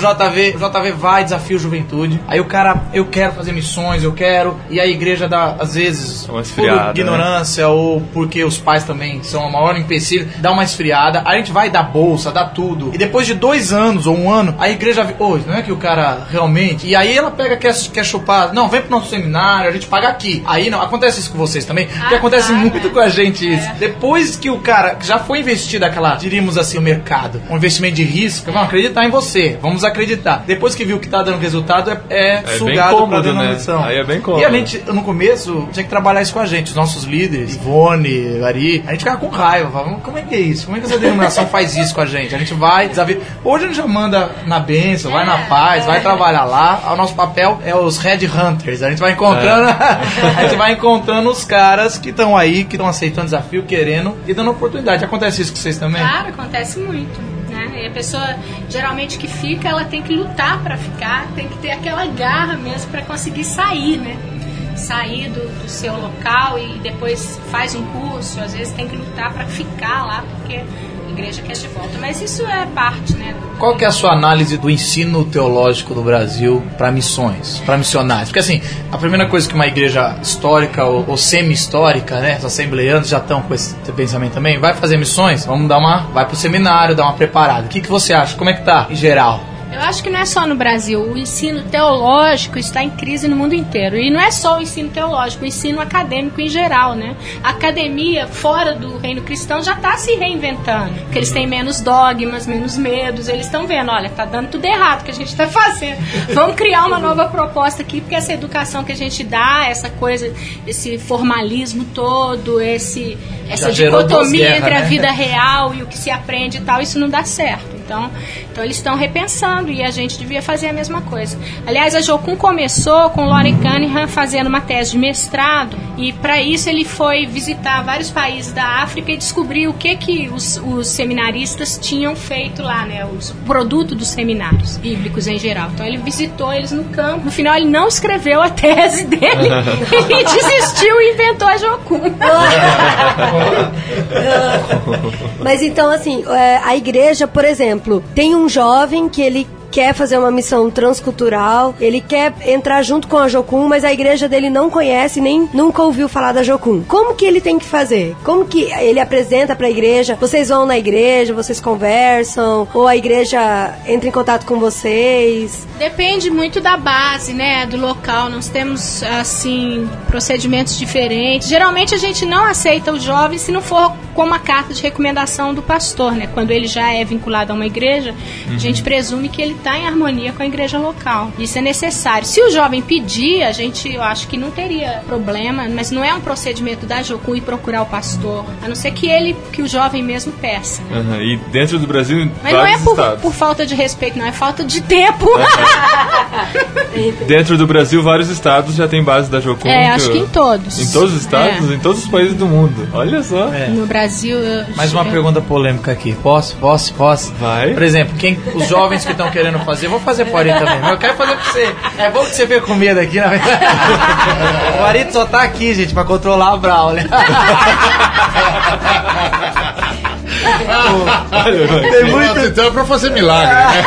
JV vai, desafia a juventude, aí o cara, eu quero fazer missões, e a igreja dá, às vezes, por ignorância, né? Ou porque os pais também são o maior empecilho, dá uma esfriada, aí a gente vai dar bolsa, dá tudo, e depois de 2 anos ou 1 ano, a igreja vê, não é que o cara realmente, e aí ela quer chupar, não, vem pro nosso seminário, a gente paga aqui, aí não, acontece isso com vocês também, porque acontece muito com a gente isso, depois que o cara já foi investido diríamos assim, o mercado, um investimento de risco, vamos acreditar em você, vamos acreditar, depois que viu que tá dando resultado, é sugado cômodo, pra denominação. Né? Aí é bem cômodo. E a gente, no começo, tinha que trabalhar isso com a gente, os nossos líderes, Ivone, Ari, a gente ficava com raiva, falava, como é que é isso? Como é que essa denominação faz isso com a gente? A gente vai, desafia. Hoje a gente já manda na bênção, vai na paz, vai trabalhar lá, o nosso papel é os Red Hunters, a gente vai encontrando a gente vai encontrando os caras que estão aí, que estão aceitando desafio, querendo e dando oportunidade. Acontece isso com vocês também? Claro, acontece muito. E a pessoa, geralmente, que fica, ela tem que lutar para ficar, tem que ter aquela garra mesmo para conseguir sair, né? Sair do seu local e depois faz um curso, às vezes tem que lutar para ficar lá, porque a igreja quer de volta. Mas isso é parte, né? Qual que é a sua análise do ensino teológico do Brasil para missões, para missionários? Porque assim, a primeira coisa que uma igreja histórica ou semi-histórica, né, os assembleanos já estão com esse pensamento também, vai fazer missões, vai pro seminário, dar uma preparada. O que você acha? Como é que tá em geral? Eu acho que não é só no Brasil. O ensino teológico está em crise no mundo inteiro. E não é só o ensino teológico, o ensino acadêmico em geral, né? A academia, fora do reino cristão, já está se reinventando. Porque eles têm menos dogmas, menos medos. Eles estão vendo, olha, está dando tudo errado que a gente está fazendo. Vamos criar uma nova proposta aqui, porque essa educação que a gente dá, essa coisa, esse formalismo todo, essa dicotomia entre a vida real e o que se aprende e tal, isso não dá certo. Então eles estão repensando e a gente devia fazer a mesma coisa. Aliás, a Jocum começou com o Loren Cunningham fazendo uma tese de mestrado e para isso ele foi visitar vários países da África e descobrir o que os seminaristas tinham feito lá, né? O produto dos seminários bíblicos em geral. Então ele visitou eles no campo. No final ele não escreveu a tese dele e desistiu e inventou a Jocum. Mas então assim, a igreja, por exemplo, tem um jovem que ele quer fazer uma missão transcultural, ele quer entrar junto com a Jocum, mas a igreja dele não conhece, nem nunca ouviu falar da Jocum. Como que ele tem que fazer? Como que ele apresenta pra igreja? Vocês vão na igreja, vocês conversam, ou a igreja entra em contato com vocês? Depende muito da base, né, do local. Nós temos, assim, procedimentos diferentes. Geralmente a gente não aceita o jovem se não for com uma carta de recomendação do pastor, né? Quando ele já é vinculado a uma igreja, a gente presume que ele está em harmonia com a igreja local. Isso é necessário. Se o jovem pedir, eu acho que não teria problema, mas não é um procedimento da Jocum ir procurar o pastor, a não ser que o jovem mesmo peça. Né? E dentro do Brasil, mas não é por falta de respeito, não, é falta de tempo. Dentro do Brasil, vários estados já tem base da Jocum. Acho que em todos. Em todos os estados? Em todos os países do mundo. Olha só. No Brasil... Mais uma pergunta polêmica aqui. Posso? Vai. Por exemplo, os jovens que estão querendo fazer, vou fazer pro Arito também, mas eu quero fazer pra você. É bom que você veio com medo aqui, na verdade. O Arito só tá aqui, gente, pra controlar a Braulio. Tem muito... Então é pra fazer milagre, né?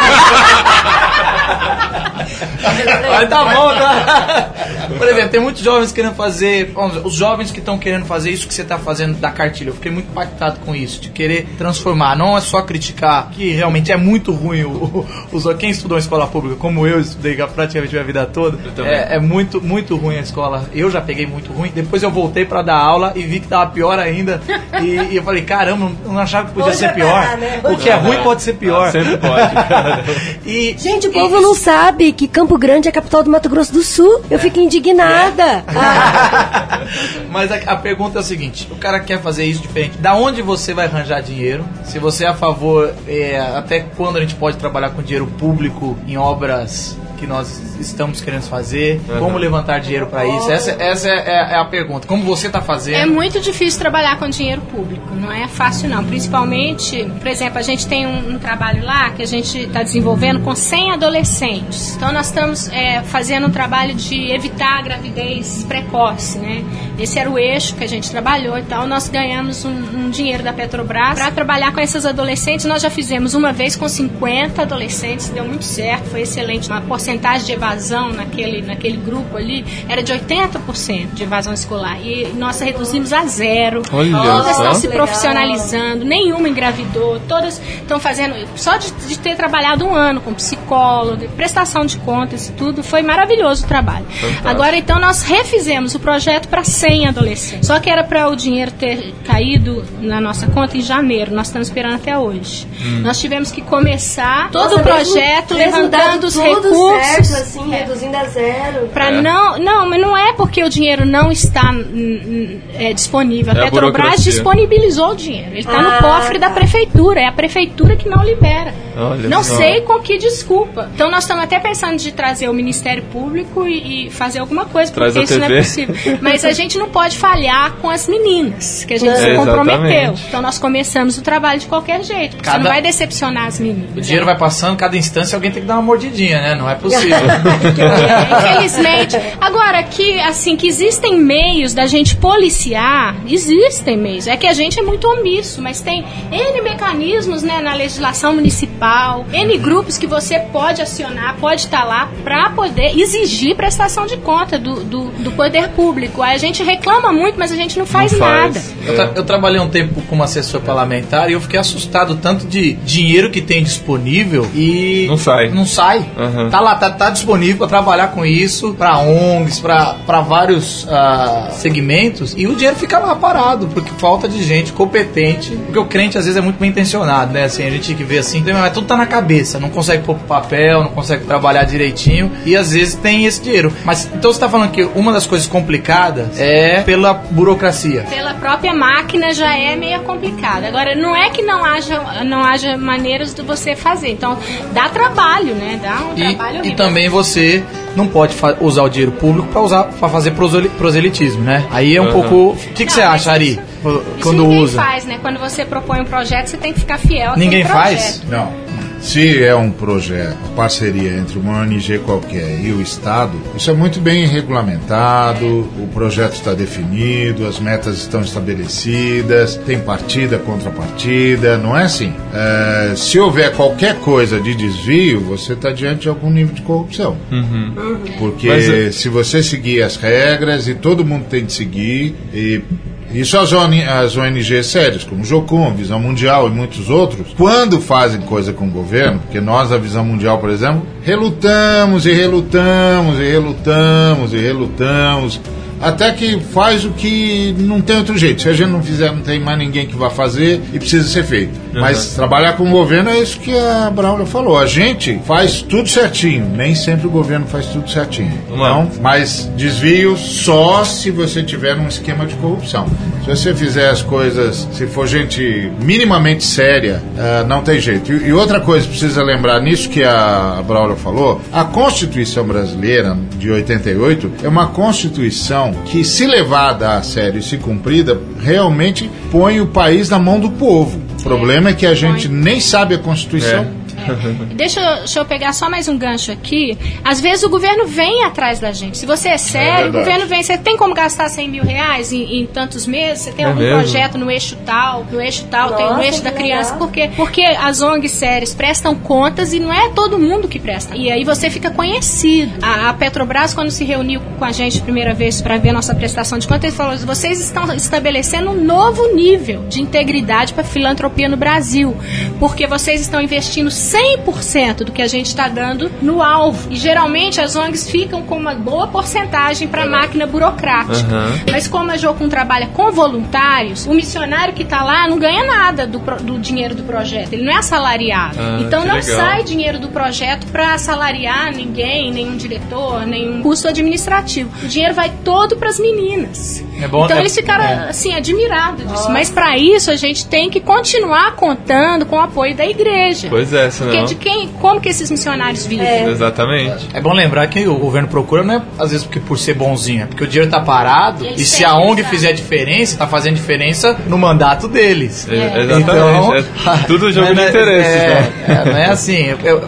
Mas tá bom, tá? Por exemplo, tem muitos jovens querendo fazer... Os jovens que estão querendo fazer isso que você tá fazendo da cartilha. Eu fiquei muito impactado com isso, de querer transformar. Não é só criticar, que realmente é muito ruim. Quem estudou em escola pública, como eu estudei praticamente a vida toda, é muito, muito ruim a escola. Eu já peguei muito ruim. Depois eu voltei pra dar aula e vi que tava pior ainda. E eu falei, caramba, não achava que podia ser pior. Né? O que é ruim pode ser pior. Sempre pode. Gente, o povo não sabe que Campo Grande é a capital do Mato Grosso do Sul. Eu fico indignada. Mas a pergunta é a seguinte: o cara quer fazer isso diferente. Da onde você vai arranjar dinheiro? Se você é a favor, até quando a gente pode trabalhar com dinheiro público em obras que nós estamos querendo fazer, como levantar dinheiro para isso? Essa é a pergunta. Como você está fazendo? É muito difícil trabalhar com dinheiro público, não é fácil não. Principalmente, por exemplo, a gente tem um trabalho lá que a gente está desenvolvendo com 100 adolescentes. Então nós estamos fazendo um trabalho de evitar a gravidez precoce, né? Esse era o eixo que a gente trabalhou e tal. Nós ganhamos um dinheiro da Petrobras para trabalhar com esses adolescentes. Nós já fizemos uma vez com 50 adolescentes, deu muito certo, foi excelente. Uma porcentagem de evasão naquele grupo ali era de 80% de evasão escolar. E nós reduzimos a 0. Todas estão se profissionalizando, nenhuma engravidou, todas estão fazendo, só de ter trabalhado um ano com psicólogo, prestação de contas e tudo, foi maravilhoso o trabalho. Fantástico. Agora, então, nós refizemos o projeto para 100 adolescentes. Só que era para o dinheiro ter caído na nossa conta em janeiro. Nós estamos esperando até hoje. Nós tivemos que começar todo o projeto levantando os recursos. Certo, assim, reduzindo a 0. Mas não é porque o dinheiro não está disponível. A Petrobras disponibilizou o dinheiro. Ele está no cofre da prefeitura. É a prefeitura que não libera. Não sei com que desculpa. Então nós estamos até pensando de trazer o Ministério Público e fazer alguma coisa, porque isso não é possível. Mas a gente não pode falhar com as meninas, que a gente se comprometeu. Exatamente. Então nós começamos o trabalho de qualquer jeito, porque você não vai decepcionar as meninas. O dinheiro vai passando, cada instância alguém tem que dar uma mordidinha, né? Não é possível. Infelizmente. Agora, que existem meios da gente policiar, existem meios. É que a gente é muito omisso, mas tem N mecanismos, né, na legislação municipal, N grupos que você pode acionar, pode estar lá para poder exigir prestação de conta do poder público. Aí a gente reclama muito, mas a gente não faz nada. Eu trabalhei um tempo como assessor parlamentar e eu fiquei assustado tanto de dinheiro que tem disponível e não sai. Tá lá, tá disponível para trabalhar com isso, para ONGs, para vários segmentos, e o dinheiro fica lá parado, porque falta de gente competente, porque o crente às vezes é muito bem intencionado, né? Assim, a gente tem que ver assim, mas tudo tá na cabeça, não consegue pôr papel, não consegue trabalhar direitinho, e às vezes tem esse dinheiro. Mas então você tá falando que uma das coisas complicadas é pela burocracia. Pela própria máquina já é meio complicada. Agora, não é que não haja maneiras de você fazer. Então, dá trabalho, né? Dá um trabalho. E também você não pode usar o dinheiro público para fazer proselitismo, né? Aí é um pouco... O que você acha, Ari? Quando ninguém faz, né? Quando você propõe um projeto, você tem que ficar fiel Ninguém faz? Não. Se é um projeto, parceria entre uma ONG qualquer e o Estado, isso é muito bem regulamentado, o projeto está definido, as metas estão estabelecidas, tem partida, contrapartida, não é assim. Se houver qualquer coisa de desvio, você está diante de algum nível de corrupção. Porque se você seguir as regras, e todo mundo tem de seguir, e isso as ONGs sérias, como o Jocum, Visão Mundial e muitos outros, quando fazem coisa com o governo, porque nós, a Visão Mundial, por exemplo, relutamos, até que faz o que não tem outro jeito. Se a gente não fizer, não tem mais ninguém que vá fazer e precisa ser feito. Mas trabalhar com o governo é isso que a Braulio falou. A gente faz tudo certinho, nem sempre o governo faz tudo certinho. Não, mas desvio só se você tiver um esquema de corrupção. Se você fizer as coisas, se for gente minimamente séria, não tem jeito. E outra coisa, precisa lembrar nisso que a Braulio falou, a Constituição brasileira de 88 é uma Constituição que, se levada a sério e se cumprida, realmente põe o país na mão do povo. O problema é que a gente nem sabe a Constituição. Deixa eu pegar só mais um gancho aqui. Às vezes o governo vem atrás da gente. Se você é sério, o governo vem. Você tem como gastar 100 mil reais em tantos meses? Você tem algum projeto no eixo tal, tem no eixo da criança. Por quê? Porque as ONGs sérias prestam contas e não é todo mundo que presta. E aí você fica conhecido. A Petrobras, quando se reuniu com a gente a primeira vez para ver nossa prestação de contas, ele falou: vocês estão estabelecendo um novo nível de integridade para a filantropia no Brasil, porque vocês estão investindo 100% do que a gente está dando no alvo. E geralmente as ONGs ficam com uma boa porcentagem para a máquina burocrática. Mas como a Jocum trabalha com voluntários, o missionário que está lá não ganha nada do dinheiro do projeto. Ele não é assalariado. Então não sai dinheiro do projeto para assalariar ninguém, nenhum diretor, nenhum custo administrativo. O dinheiro vai todo para as meninas. Então eles ficaram assim, admirados disso. Mas para isso a gente tem que continuar contando com o apoio da igreja. Pois é, senão... Porque como que esses missionários vivem? Exatamente. É bom lembrar que o governo procura não é às vezes porque por ser bonzinho, é porque o dinheiro tá parado e se a ONG fizer diferença, tá fazendo diferença no mandato deles. Exatamente. Então, tudo jogo de interesses. Não é assim.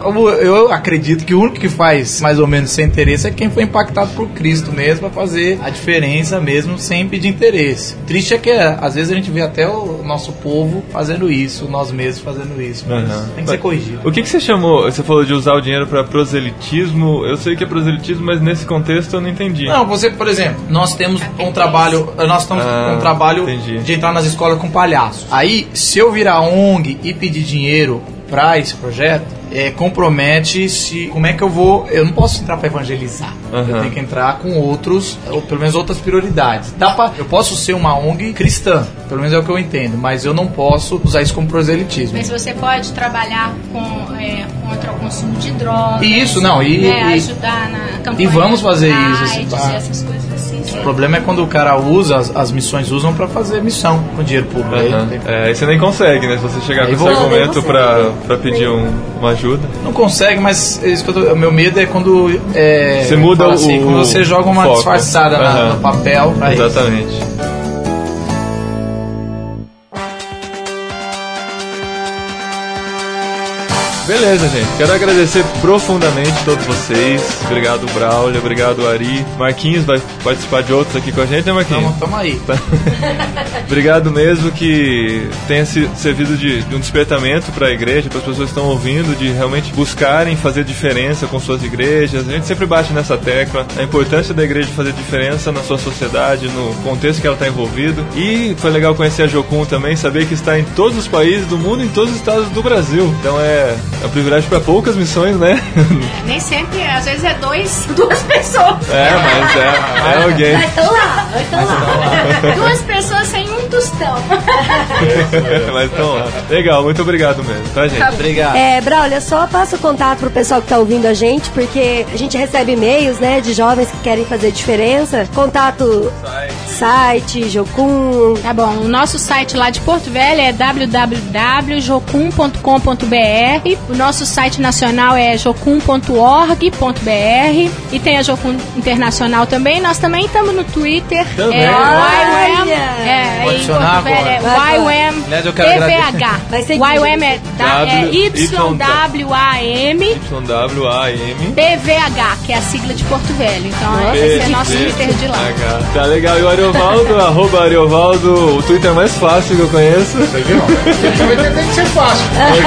Eu acredito que o único que faz mais ou menos sem interesse é quem foi impactado por Cristo mesmo, pra fazer a diferença mesmo sem pedir interesse. O triste é que às vezes a gente vê até o nosso povo fazendo isso, nós mesmos fazendo isso. Mas tem que ser corrigido. O que você chamou? Você falou de usar o dinheiro para proselitismo. Eu sei que é proselitismo, mas nesse contexto eu não entendi. Não, por exemplo, nós temos um trabalho, de entrar nas escolas com palhaços. Aí, se eu virar ONG e pedir dinheiro para esse projeto, compromete-se. Como é que eu vou? Eu não posso entrar para evangelizar. Eu tenho que entrar com outros, ou pelo menos outras prioridades. Eu posso ser uma ONG cristã, pelo menos é o que eu entendo, mas eu não posso usar isso como proselitismo. Mas você pode trabalhar contra o consumo de drogas. Isso, não. Ajudar na campanha. E vamos fazer isso. Essas coisas assim. O problema é quando o cara usa, as missões usam para fazer missão com dinheiro público. Aí você nem consegue, né? Se você chegar com esse argumento para pedir uma ajuda. Não consegue, mas o meu medo é quando você muda quando você joga uma foco. Disfarçada no papel. Exatamente. Beleza, gente. Quero agradecer profundamente a todos vocês. Obrigado, Braulio. Obrigado, Ari. Marquinhos vai participar de outros aqui com a gente, né, Marquinhos? Tamo aí. Obrigado mesmo, que tenha servido de um despertamento para a igreja, para as pessoas que estão ouvindo, de realmente buscarem fazer diferença com suas igrejas. A gente sempre bate nessa tecla, a importância da igreja fazer diferença na sua sociedade, no contexto que ela está envolvido. E foi legal conhecer a Jocum também, saber que está em todos os países do mundo, em todos os estados do Brasil. Então é um privilégio para poucas missões, né? Nem sempre, às vezes é duas pessoas. Mas é alguém. Mas estão lá. Duas pessoas sem um tostão. Mas estão lá. Legal, muito obrigado mesmo, tá, gente? Obrigado. Braulio, só passa o contato pro pessoal que tá ouvindo a gente, porque a gente recebe e-mails, né, de jovens que querem fazer diferença. Contato, site, Jocum. Tá bom, o nosso site lá de Porto Velho é www.jocum.com.br e O nosso site nacional é jocum.org.br e tem a Jocum Internacional também. Nós também estamos no Twitter. Também. Pode adicionar agora. YWAM PVH. YWAM é YWAM PVH, que é a sigla de Porto Velho. Então esse é nosso Twitter de lá. Tá legal. E o Ariovaldo, @Ariovaldo, o Twitter mais fácil que eu conheço. Você viu? Tem que ser fácil.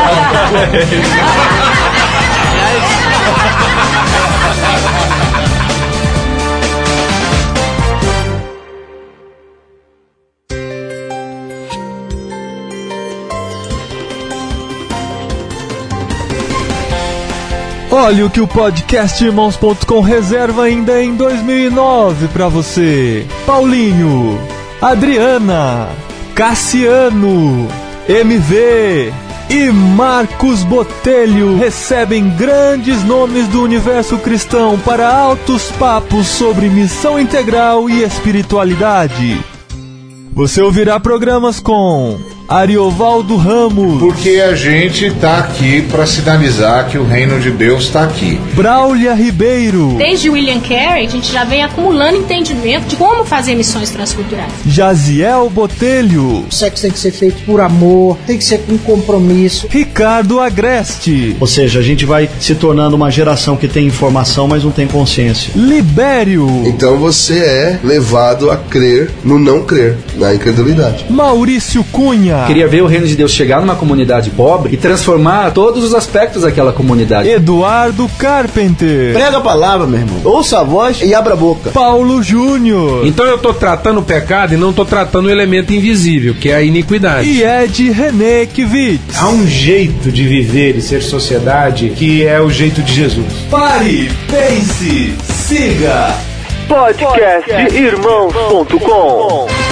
Olha o que o podcast Irmãos.com reserva ainda em 2009 pra você. Paulinho, Adriana, Cassiano, MV e Marcos Botelho recebem grandes nomes do universo cristão para altos papos sobre missão integral e espiritualidade. Você ouvirá programas com Ariovaldo Ramos, porque a gente tá aqui para sinalizar que o reino de Deus tá aqui. Braulia Ribeiro, desde William Carey a gente já vem acumulando entendimento de como fazer missões transculturais. Jaziel Botelho, o sexo tem que ser feito por amor, tem que ser com compromisso. Ricardo Agreste, ou seja, a gente vai se tornando uma geração que tem informação, mas não tem consciência. Libério, então você é levado a crer no não crer, na incredulidade. Maurício Cunha, queria ver o reino de Deus chegar numa comunidade pobre e transformar todos os aspectos daquela comunidade. Eduardo Carpenter, prega a palavra, meu irmão, ouça a voz e abra a boca. Paulo Júnior, então eu tô tratando o pecado e não tô tratando o elemento invisível, que é a iniquidade. E Ed René Kivitz, há um jeito de viver e ser sociedade que é o jeito de Jesus. Pare, pense, siga podcastirmãos.com